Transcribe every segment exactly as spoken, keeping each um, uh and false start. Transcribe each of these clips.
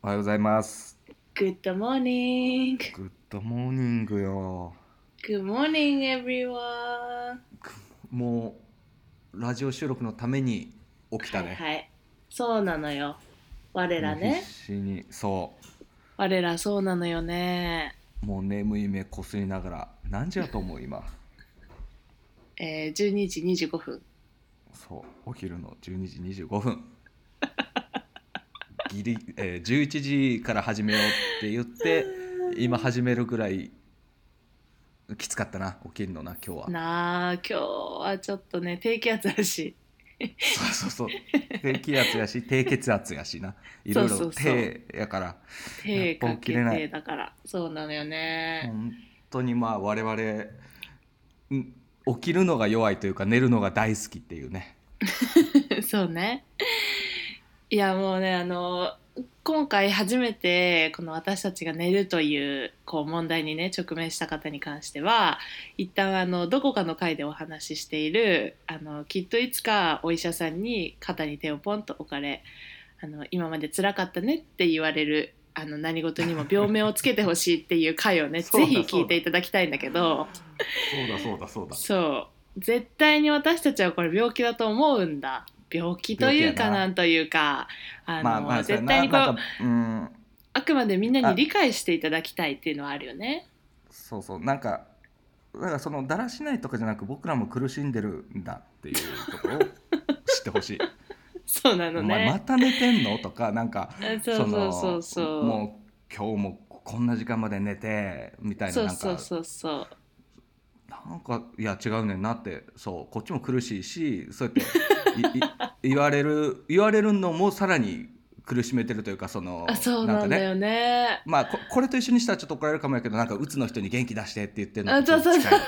おはようございます。 Good morning. グッドモーニングよ。 Good morning, everyone. もうラジオ収録のために起きたね。 はいはい。そうなのよ。我もう必らね。 死に、そ我らそうなのよね。 う、もう眠い目こすりながら、何時やと思う今。 えー、じゅうにじにじゅうごふん。 そう、お昼のじゅうにじにじゅうごふん。ギリ、えー、じゅういちじから始めようって言って、今始めるぐらいきつかったな、起きるのな、今日は。 なあ、今日はちょっとね、低気圧だし。 そうそうそう。低気圧やし、低血圧やしな。いろいろそうそうそう。 低やから、やっぱ手かけ起きれない。 てだから。そうなのよね。 本当にまあ我々ん起きるのが弱いというか寝るのが大好きっていうね。 そうね。いやもうね、あの今回初めてこの私たちが寝るというこう問題にね直面した方に関しては一旦あのどこかの回でお話ししているあのきっといつかお医者さんに肩に手をポンと置かれあの今まで辛かったねって言われるあの何事にも病名をつけてほしいっていう回をねぜひ聞いていただきたいんだけど、 そうだそうだそうだ。 そう絶対に私たちはこれ病気だと思うんだ。病気というか病気やな。 なんというかあまあまのあそうや絶対にこうな。なんかうんあくまでみんなにあ理解していただきたいっていうのはあるよね。 そうそうなんかなんかそのだらしないとかじゃなく僕らも苦しんでるんだっていうところを知ってほしい。 そうなお前まのね。 た寝てんのとかなんかあそそうそうそうのそうもう今日もこんな時間まで寝てみたいなそうなんかそうそうそうなんかいや違うねんなってそうこっちも苦しいしそうやっていい言われる言われるのもさらに苦しめてるというかそあのそうなんだよなんかねね。 まあこ、これと一緒にしたらちょっと怒られるかもやけどなんかうつの人に元気出してって言ってるのとちょあそうそうそうっと近い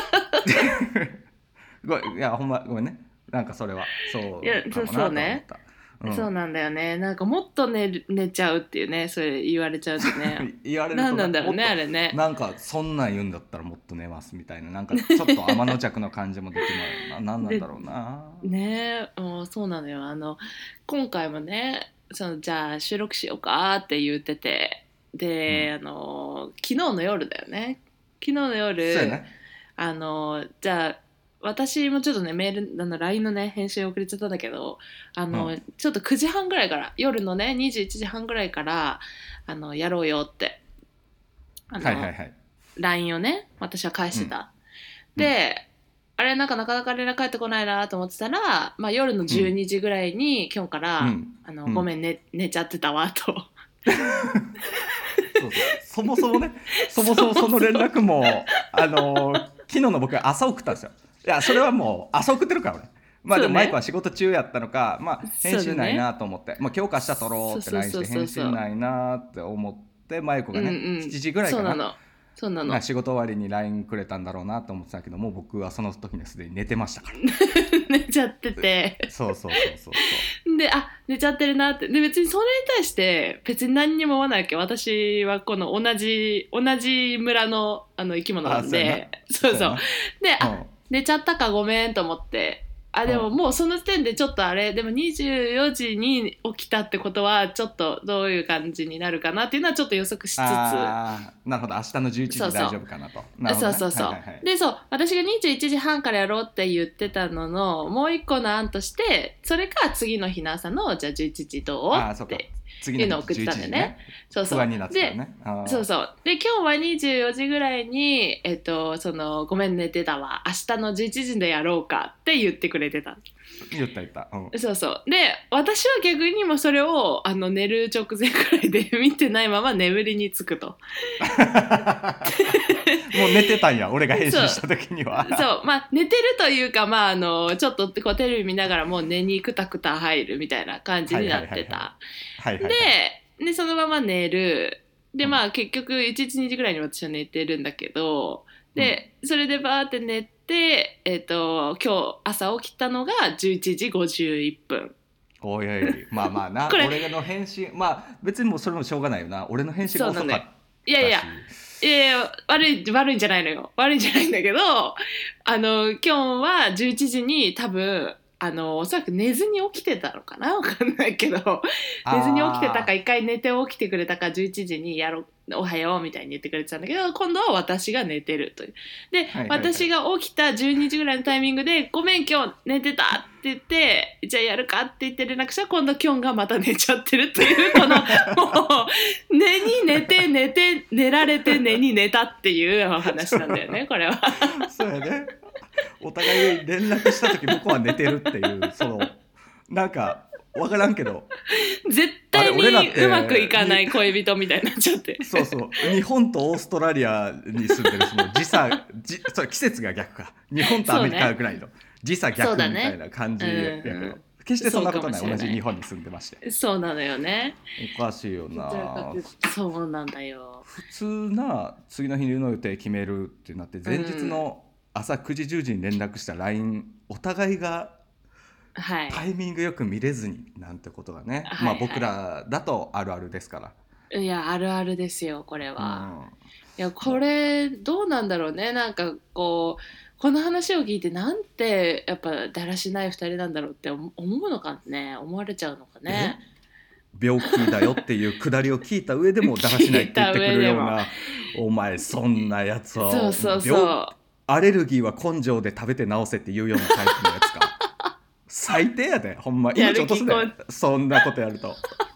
ごめんいやほんまごめんねなんかそれはいやそうそうかもそうね。 なとは思った、うん、 そうなんだよね。なんかもっと寝る寝ちゃうっていうね、それ言われちゃうとね。 言われる何となんだろうねなもっとあれね。 なんかそんなん言うんだったらもっと寝ますみたいななんかちょっと天の弱の感じも出てまうな何なんでだろうな。 ねもうそうなのよ。あの今回もねそのじゃあ収録しようかって言っててで、 うん、 あの昨日の夜だよね。昨日の夜そうやね。 あのじゃあ私もちょっとねメールあの ライン のね返信遅れちゃったんだけどあうん、 のちょっとくじはんぐらいから夜のねにじゅういちじはんぐらいからあのやろうよってあのはいはいはい。 ライン をね私は返うん、 してた。 うん、 であれなんかなかなか連絡返ってこないなと思ってたら、まあ、夜の12 うん、 時ぐらいに今日からうん、 あのうん。 ごめん、ね、寝ちゃってたわとそうそう。そもそもね、そもそそもその連もそも絡も、あのー昨日の僕は朝送ったんですよ。いや、それはもう朝送ってるから俺。まあでもマイクはそうね仕事中やったのか、まあ返信ないそうだねなと思って、まあ今日か明日撮ろうってそうそうライン しそうて返そうそう信ないなって思って、マイクうんうがね、 んしちじぐらいかな。 そうなのそうなのな仕事終わりに ライン くれたんだろうなと思ってたけども、僕はその時にはすでに寝てましたから。 寝ちゃっててそうそうそうそうそであ寝ちゃってるなってで別にそれに対して別に何にも思わないわけ。私はこの同じ同じ村のあの生きう。 物なあ、そうやな。 んでそうそうそうやな。 であうん。 寝ちゃったかごめんと思ってあでもうん。 もうその時点でちょっとあれでもにじゅうよじに起きたってことはちょっとどういう感じになるかなっていうのはちょっと予測しつつああ、なるほど。明日の11時大そうそう丈夫かなと。なるほどね。 そうそうそはいはいはい。 うでそう私がにじゅういちじはんからやろうって言ってたののもう一個の案としてそれか次の日の朝のじゃあじゅういちじどうああ、そっか。 って次の日いうのを送って 11 たんだよね。 時ね。 そうそ不安になっうでてたらね。あそうそうで今日はにじゅうよじぐらいにえっとそのごめん寝てたわ明日のじゅういちじでやろうかって言ってくれてた。 あ、言った言った。うん。もそうそうで私は逆にもそれをあの寝る直前くらいで見てないまま眠りにつくとう寝てたんや。俺が編そう集した時には。 そうまあ寝てるというかまああのちょっとこうテレビ見ながらもう寝にくたくた入るみたいな感じはいになはいはいはい。 ってた。 はいはいはい。 ででそのまま寝るでうん。 まあ結局いちいちにじぐらいに私は寝てるんだけどうん。 でそれでバーって寝て、えっと今日朝起きたのがじゅういちじごじゅういっぷん。 おいおい。まあまあな。 これ俺の返信、まあ別にもうそれもしょうがないよな。俺の返信がそうなのよ。 遅かっいやいやたし。 いやいや悪い悪いんじゃないのよ悪いんじゃないんだけどあの今日はじゅういちじに多分あのおそらく寝ずに起きてたのかな、わかんないけど寝ずに起きてたか一回寝て起きてくれたかじゅういちじにやろおはようみたいに言ってくれてたんだけど、今度は私が寝てるというで、 はいはいはい、 私が起きたじゅうにじぐらいのタイミングでごめん今日寝てたって言ってじゃあやるかって言って連絡したら今度キョンがまた寝ちゃってるっていうこのもう寝に寝て寝て寝られて寝に寝たっていう話なんだよねこれは。 そうやね、お互い連絡した時向こうは寝てるっていうそのなんか分からんけど絶対あれ俺らってにうまくいかない恋人みたいになっちゃってそうそう日本とオーストラリアに住んでるその時差じそう季節が逆か日本とアメリカぐらいの時差逆みたいな感じやけど、 うんうん、 決してそんなことない、 そうかもしれない同じ日本に住んでましてそうなのよね。 おかしいよな。 そうなんだよ。 普通な次の日の予定決めるってなって前日の朝くじじゅうじに連絡した ライン お互いがタイミングよく見れずになんてことがね、 はい、 まあ僕らだとあるあるですから、 はいはい、いやあるあるですよこれは、 うん、 いやこれどうなんだろうね、なんかこうこの話を聞いてなんてやっぱだらしないふたりなんだろうって思うのかね、思われちゃうのかね。 病気だよっていうくだりを聞いた上でもだらしないって言ってくるようなお前そんなやつはそうそうそうアレルギーは根性で食べて治せっていうようなタイプのやつか最低やでほんま命落とすでそんなことやると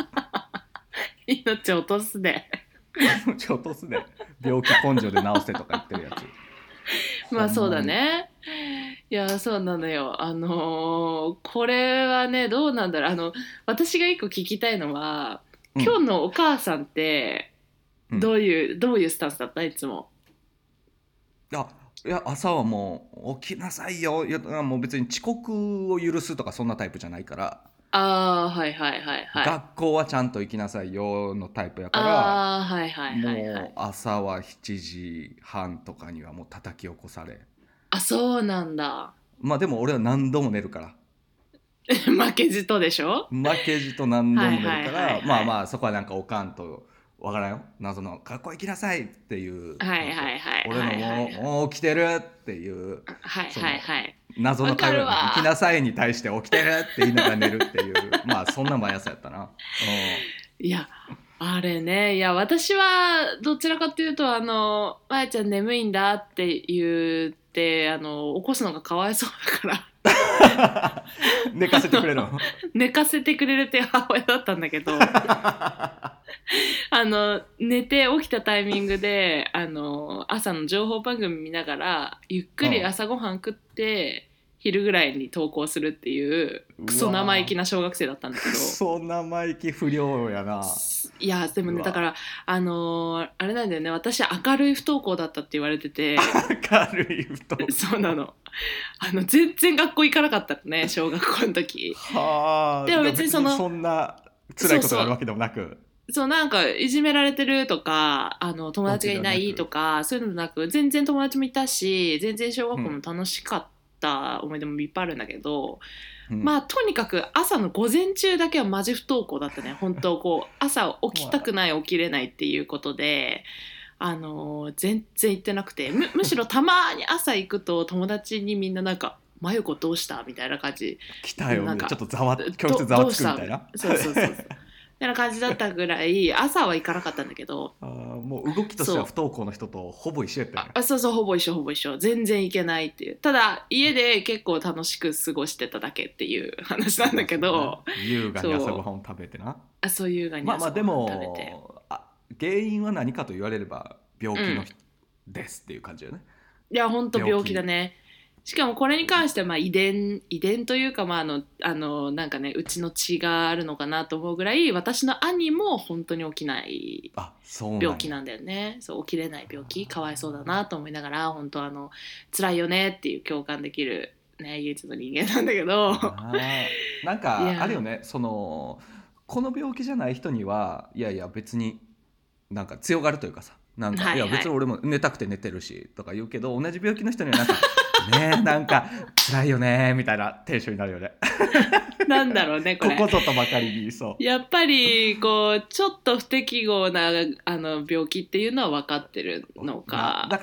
命落とすで命落とすで病気根性で治せとか言ってるやつまあそうだね。いやそうなのよ、あのー、これはねどうなんだろう、あの私が一個聞きたいのは、うん、今日のお母さんってどういう、うん、どういうスタンスだったいつも。 あいや朝はもう起きなさいよ、いやもう別に遅刻を許すとかそんなタイプじゃないから、 あーはいはいはいはい、 学校はちゃんと行きなさいよのタイプやから、 あーはいはいはいはい、 もう朝はしちじはんとかにはもう叩き起こされ。 あそうなんだ。 まあでも俺は何度も寝るから負けじとでしょ、 負けじと何度も寝るから、はいはいはいはい、まあまあそこはなんかおかんとわからんよ、謎の学校行きなさいっていう、 はいはいはい、 俺のもう、はいはい、もう起きてるっていう、 はいはいはい、 謎の会話に行きなさいに対して起きてるって言いながら寝るっていうまあそんな毎朝やったな、うん、 いやあれね、いや私はどちらかというとあのまやちゃん眠いんだって言ってあの起こすのがかわいそうだから寝かせてくれるの寝かせてくれるって母親だったんだけどあの寝て起きたタイミングであの朝の情報番組見ながらゆっくり朝ごはん食って、うん、昼ぐらいに登校するっていうクソ生意気な小学生だったんだけど、クソ生意気不良やな。 いやでもねだからあのー、あれなんだよね、私明るい不登校だったって言われてて明るい不登校そうなの、あの全然学校行かなかったのね小学校の時はあ。 でも別にそのそんな辛いことがあるわけでもなく、そうそうそうなんかいじめられてるとかあの友達がいないとかそういうのなく、全然友達もいたし全然小学校も楽しかった思い出もいっぱいあるんだけど、うん、まあとにかく朝の午前中だけはマジ不登校だったね本当こう朝起きたくない起きれないっていうことであの全然行ってなくて む, むしろたまに朝行くと友達にみんななんか「真由子どうした?」みたいな感じ来たよなんかちょっとざわ教室ざわつくみたいなそうそうそうそうみたいな感じだったぐらい朝は行かなかったんだけど、 あもう動きとしては不登校の人とほぼ一緒やったよね。 あそうそうほぼ一緒ほぼ一緒全然行けないっていう、ただ家で結構楽しく過ごしてただけっていう話なんだけど、 優雅に朝ごはんを食べてな、 あそう優雅に朝ごはんを食べて、まあまあでもあ原因は何かと言われれば病気の、うん、ですっていう感じよね。 いや本当病気だね。しかもこれに関してはまあ遺伝遺伝というか、まあ、あのあのなんかねうちの血があるのかなと思うぐらい私の兄も本当に起きない病気なんだよね。そう起きれない病気かわいそうだなと思いながら本当あの辛いよねっていう共感できる、ね、唯一の人間なんだけどなんかあるよねそのこの病気じゃない人にはいやいや別になんか強がるというかさなんか、はいはい、いや別に俺も寝たくて寝てるしとか言うけど同じ病気の人にはなんかねなんか辛いよねみたいなテンションになるよねなんだろうねこれここぞとばかりにそうやっぱりこうちょっと不適合なあの病気っていうのは分かってるのかだから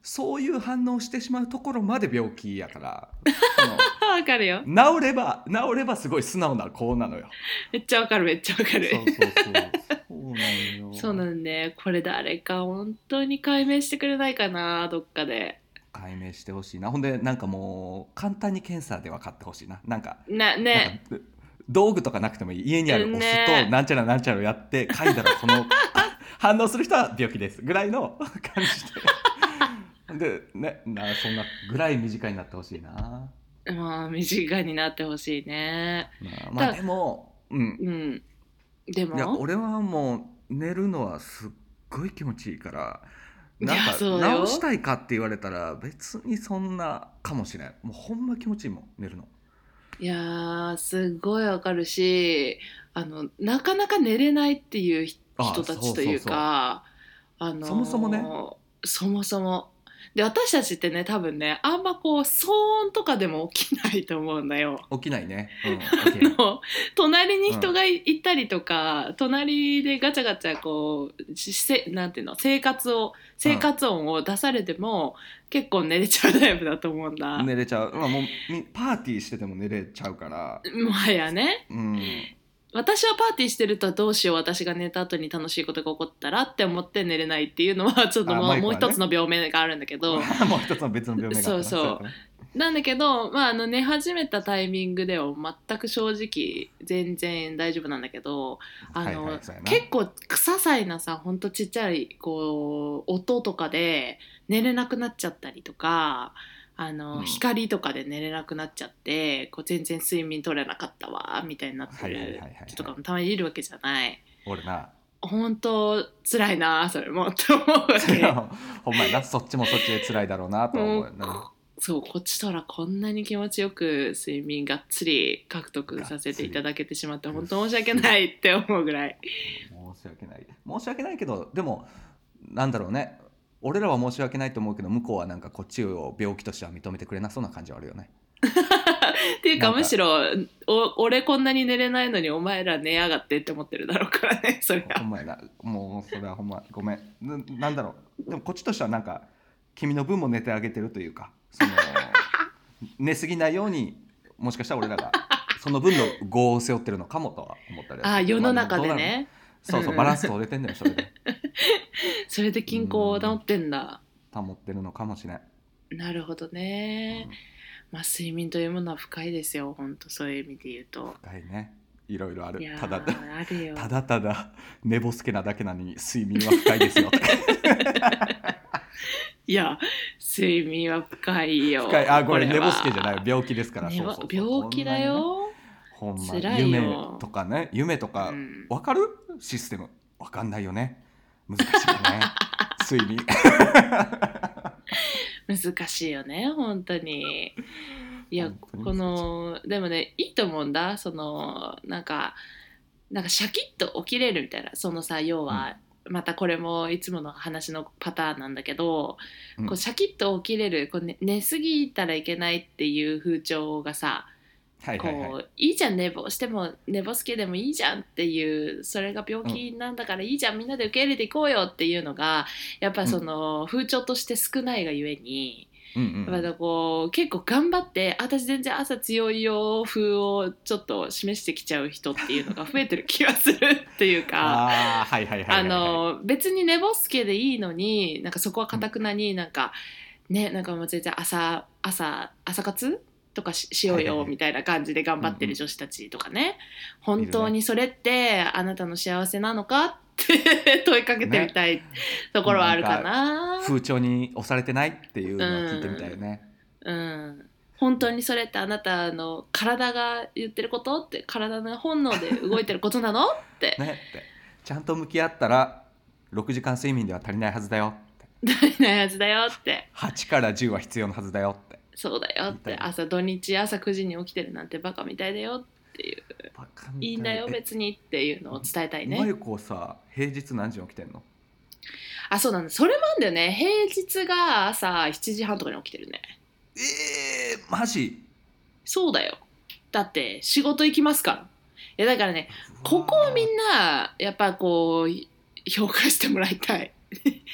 そういう反応をしてしまうところまで病気やからわかるよ。 その治れば治ればすごい素直な子なのよ。 めっちゃわかるめっちゃわかる。 そうそうそうそうなのよ。 そうなんね。これ誰か本当に解明してくれないかな、どっかで。 解明してほしいな。ほんでなんかもう簡単に検査で分かってほしいな。なんかななんね。 か道具とかなくてもいい、家にあるお酢ねとなんちゃらなんちゃらをやって嗅いだらこの反応する人は病気ですぐらいの感じででね、なそんなぐらい身近になってほしいな。 まあ身近になってほしいね。 まあ、まあだでもうんうんでいやも俺はもう寝るのはすっごい気持ちいいからいなんかやそうよ。 直したいかって言われたら別にそんなかもしれん。もうほんま気持ちいいもん寝るの。 いやーすごいわかるし、あのなかなか寝れないっていうひああ人たそうそうそうちというか、あのーそもそもねそもそもで私たちってね多分ねあんまこう騒音とかでも起きないと思うんだよ。 起きないね。うん起きない。 の隣に人がいいたりとか、隣でガチャガチャこうしせなんていうの生活を生活音を出されても、結構寝れちゃうタイプだと思うんだ。 寝れちゃう、まあ、もうみパーティーしてても寝れちゃうからもはやね。 うん私はパーティーしてるとどうしよう私が寝た後に楽しいことが起こったらって思って寝れないっていうのはちょっともう、 あマイクはねもう一つの病名があるんだけどもう一つの別の病名があったな。 そうそうやったねなんだけど、まあ、あの寝始めたタイミングでは全く正直全然大丈夫なんだけどあの、 はいはいそうやな結構些細なさほんとちっちゃいこう音とかで寝れなくなっちゃったりとかあの、 うん光とかで寝れなくなっちゃってこう全然睡眠取れなかったわみたいになってるはいはいはいはい人とかもたまにいるわけじゃない。 俺な本当辛いなそれもって思うわけ。 ほんまやな、そっちもそっちで辛いだろうなとは思うよな。 そうこっちとらこんなに気持ちよく睡眠がっつり獲得させていただけてしまって本当申し訳ないって思うぐらい。 申し訳ない申し訳ないけどでもなんだろうね、俺らは申し訳ないと思うけど向こうはなんかこっちを病気としては認めてくれなそうな感じはあるよね。 っていうかなんかむしろお俺こんなに寝れないのにお前ら寝やがってって思ってるだろうからねそりゃ。 ほんまやな、もうそれはほんまごめん な, なんだろう。でもこっちとしてはなんか君の分も寝てあげてるというかその寝すぎないようにもしかしたら俺らがその分の業を背負ってるのかもとは思ったりはする。 あ世の中でまあね、 そうそうバランス取れてんだよそれでそれで均衡を保ってんだ。 保ってるのかもしれん。 なるほどね、 うんまあ睡眠というものは深いですよ本当そういう意味で言うと。 深いね、いろいろある。 いやーただあるよただただ寝ぼすけなだけなのに睡眠は深いですよいや睡眠は深いよ。 深い。あごめんこれは寝ぼすけじゃない病気ですから。 ねそうそうそう病気だよ。 ほんまにね、ほんま辛いよ夢とかね夢とか、 うんわかるシステムわかんないよね。難しいよね睡眠難しいよね本当に。いや本当にこのでもねいいと思うんだそのなんかなんかシャキッと起きれるみたいなそのさ要は、またこれもいつもの話のパターンなんだけど、 うんこうシャキッと起きれるこう、ね、寝すぎたらいけないっていう風潮がさこはいはいはいういいじゃん寝坊しても寝坊すけでもいいじゃんっていうそれが病気なんだからいいじゃん、みんなで受け入れていこうよっていうのがやっぱその風潮として少ないがゆえに、 うんうんうんやっぱこう結構頑張って私全然朝強いよ風をちょっと示してきちゃう人っていうのが増えてる気がするっていうかああはいはいはいあはいはいの別に寝ぼすけでいいのになんかそこはかたくなになんか、ねなんかもう全然朝朝朝活とか し, しようはいはいはいよみたいな感じで頑張ってる女子たちとかね、 うんうん本当にそれってあなたの幸せなのかって問いかけてみたいところはあるかな。 風潮に押されてないっていうのは聞いてみたいよね。 うん本当にそれってあなたの体が言ってることって体の本能で動いてることなのってねってちゃんと向き合ったらろくじかん睡眠では足りないはずだよって足りないはずだよってはちからじゅうは必要なはずだよってそうだよって朝土日朝くじに起きてるなんてバカみたいだよっていうバカみたいいんだよえ別にっていうのを伝えたいね。 まゆこさ平日何時に起きてんの？ あそうなんだそれもあんだよね平日が朝しちじはんとかに起きてるね。 えー、マジ？ そうだよだって仕事行きますから。いやだからねここをみんなやっぱこう評価してもらいたい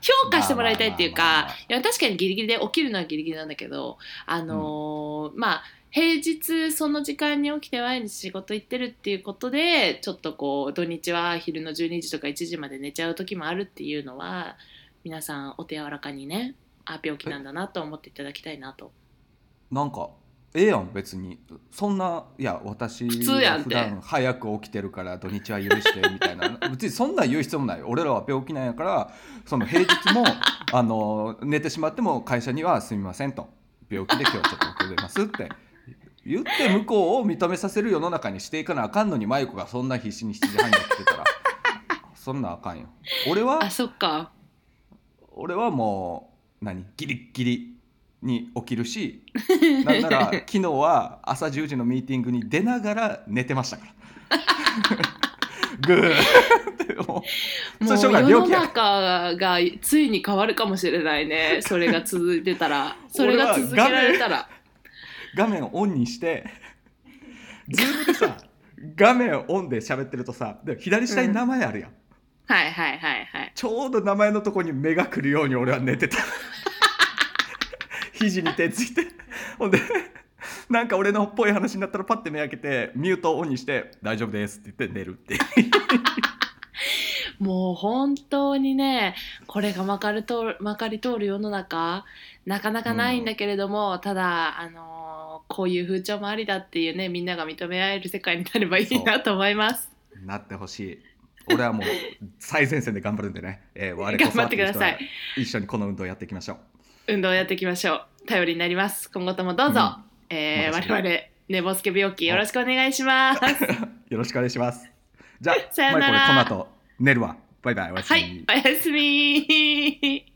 評価してもらいたいっていうか、 まあまあまあまあいや確かにギリギリで起きるのはギリギリなんだけど、あのーまあ平日その時間に起きて毎日仕事行ってるっていうことでちょっとこう土日は昼のじゅうにじとかいちじまで寝ちゃう時もあるっていうのは皆さんお手柔らかにね、あ病気なんだなと思っていただきたいなと。 なんかええやん別に。そんないや私普通やんっては普段早く起きてるから土日は許してみたいな別にそんなん言う必要もない。俺らは病気なんやからその平日もあの寝てしまっても会社にはすみませんと、病気で今日はちょっと遅れますって言って向こうを認めさせる世の中にしていかなあかんのに、マユコがそんな必死にしちじはんに起きてたらそんなんあかんよ。俺はあそっか。 俺はもう何ギリッギリに起きるし、なんなら昨日は朝じゅうじのミーティングに出ながら寝てましたからグーってもうもうそれしょうがない世の病気やから中がついに変わるかもしれないね、それが続いてたらそれが続けられたら。 画面をオンにしてズームでさ画面をオンで喋ってるとさ、で左下に名前あるやん、 はいはいはいはい。 ちょうど名前のとこに目が来るように俺は寝てた肘に手ついて、ほんでなんか俺のっぽい話になったらパッて目開けてミュートをオンにして大丈夫ですって言って寝るっていうもう本当にね、これがまかり通る、まかり通る世の中なかなかないんだけれども、うん、ただあのーこういう風潮もありだっていうね、みんなが認め合える世界になればいいなと思います。 なってほしい。俺はもう最前線で頑張るんでね、えー、我こそ頑張ってください。 一緒にこの運動をやっていきましょう。 運動をやっていきましょう。頼りになります。今後ともどうぞ、うんえー、我々寝ぼすけ病気よろしくお願いしますよろしくお願いします。じゃあさよなら。 マイコ、この後寝るわ。バイバイ。おやすみ。 はい、おやすみ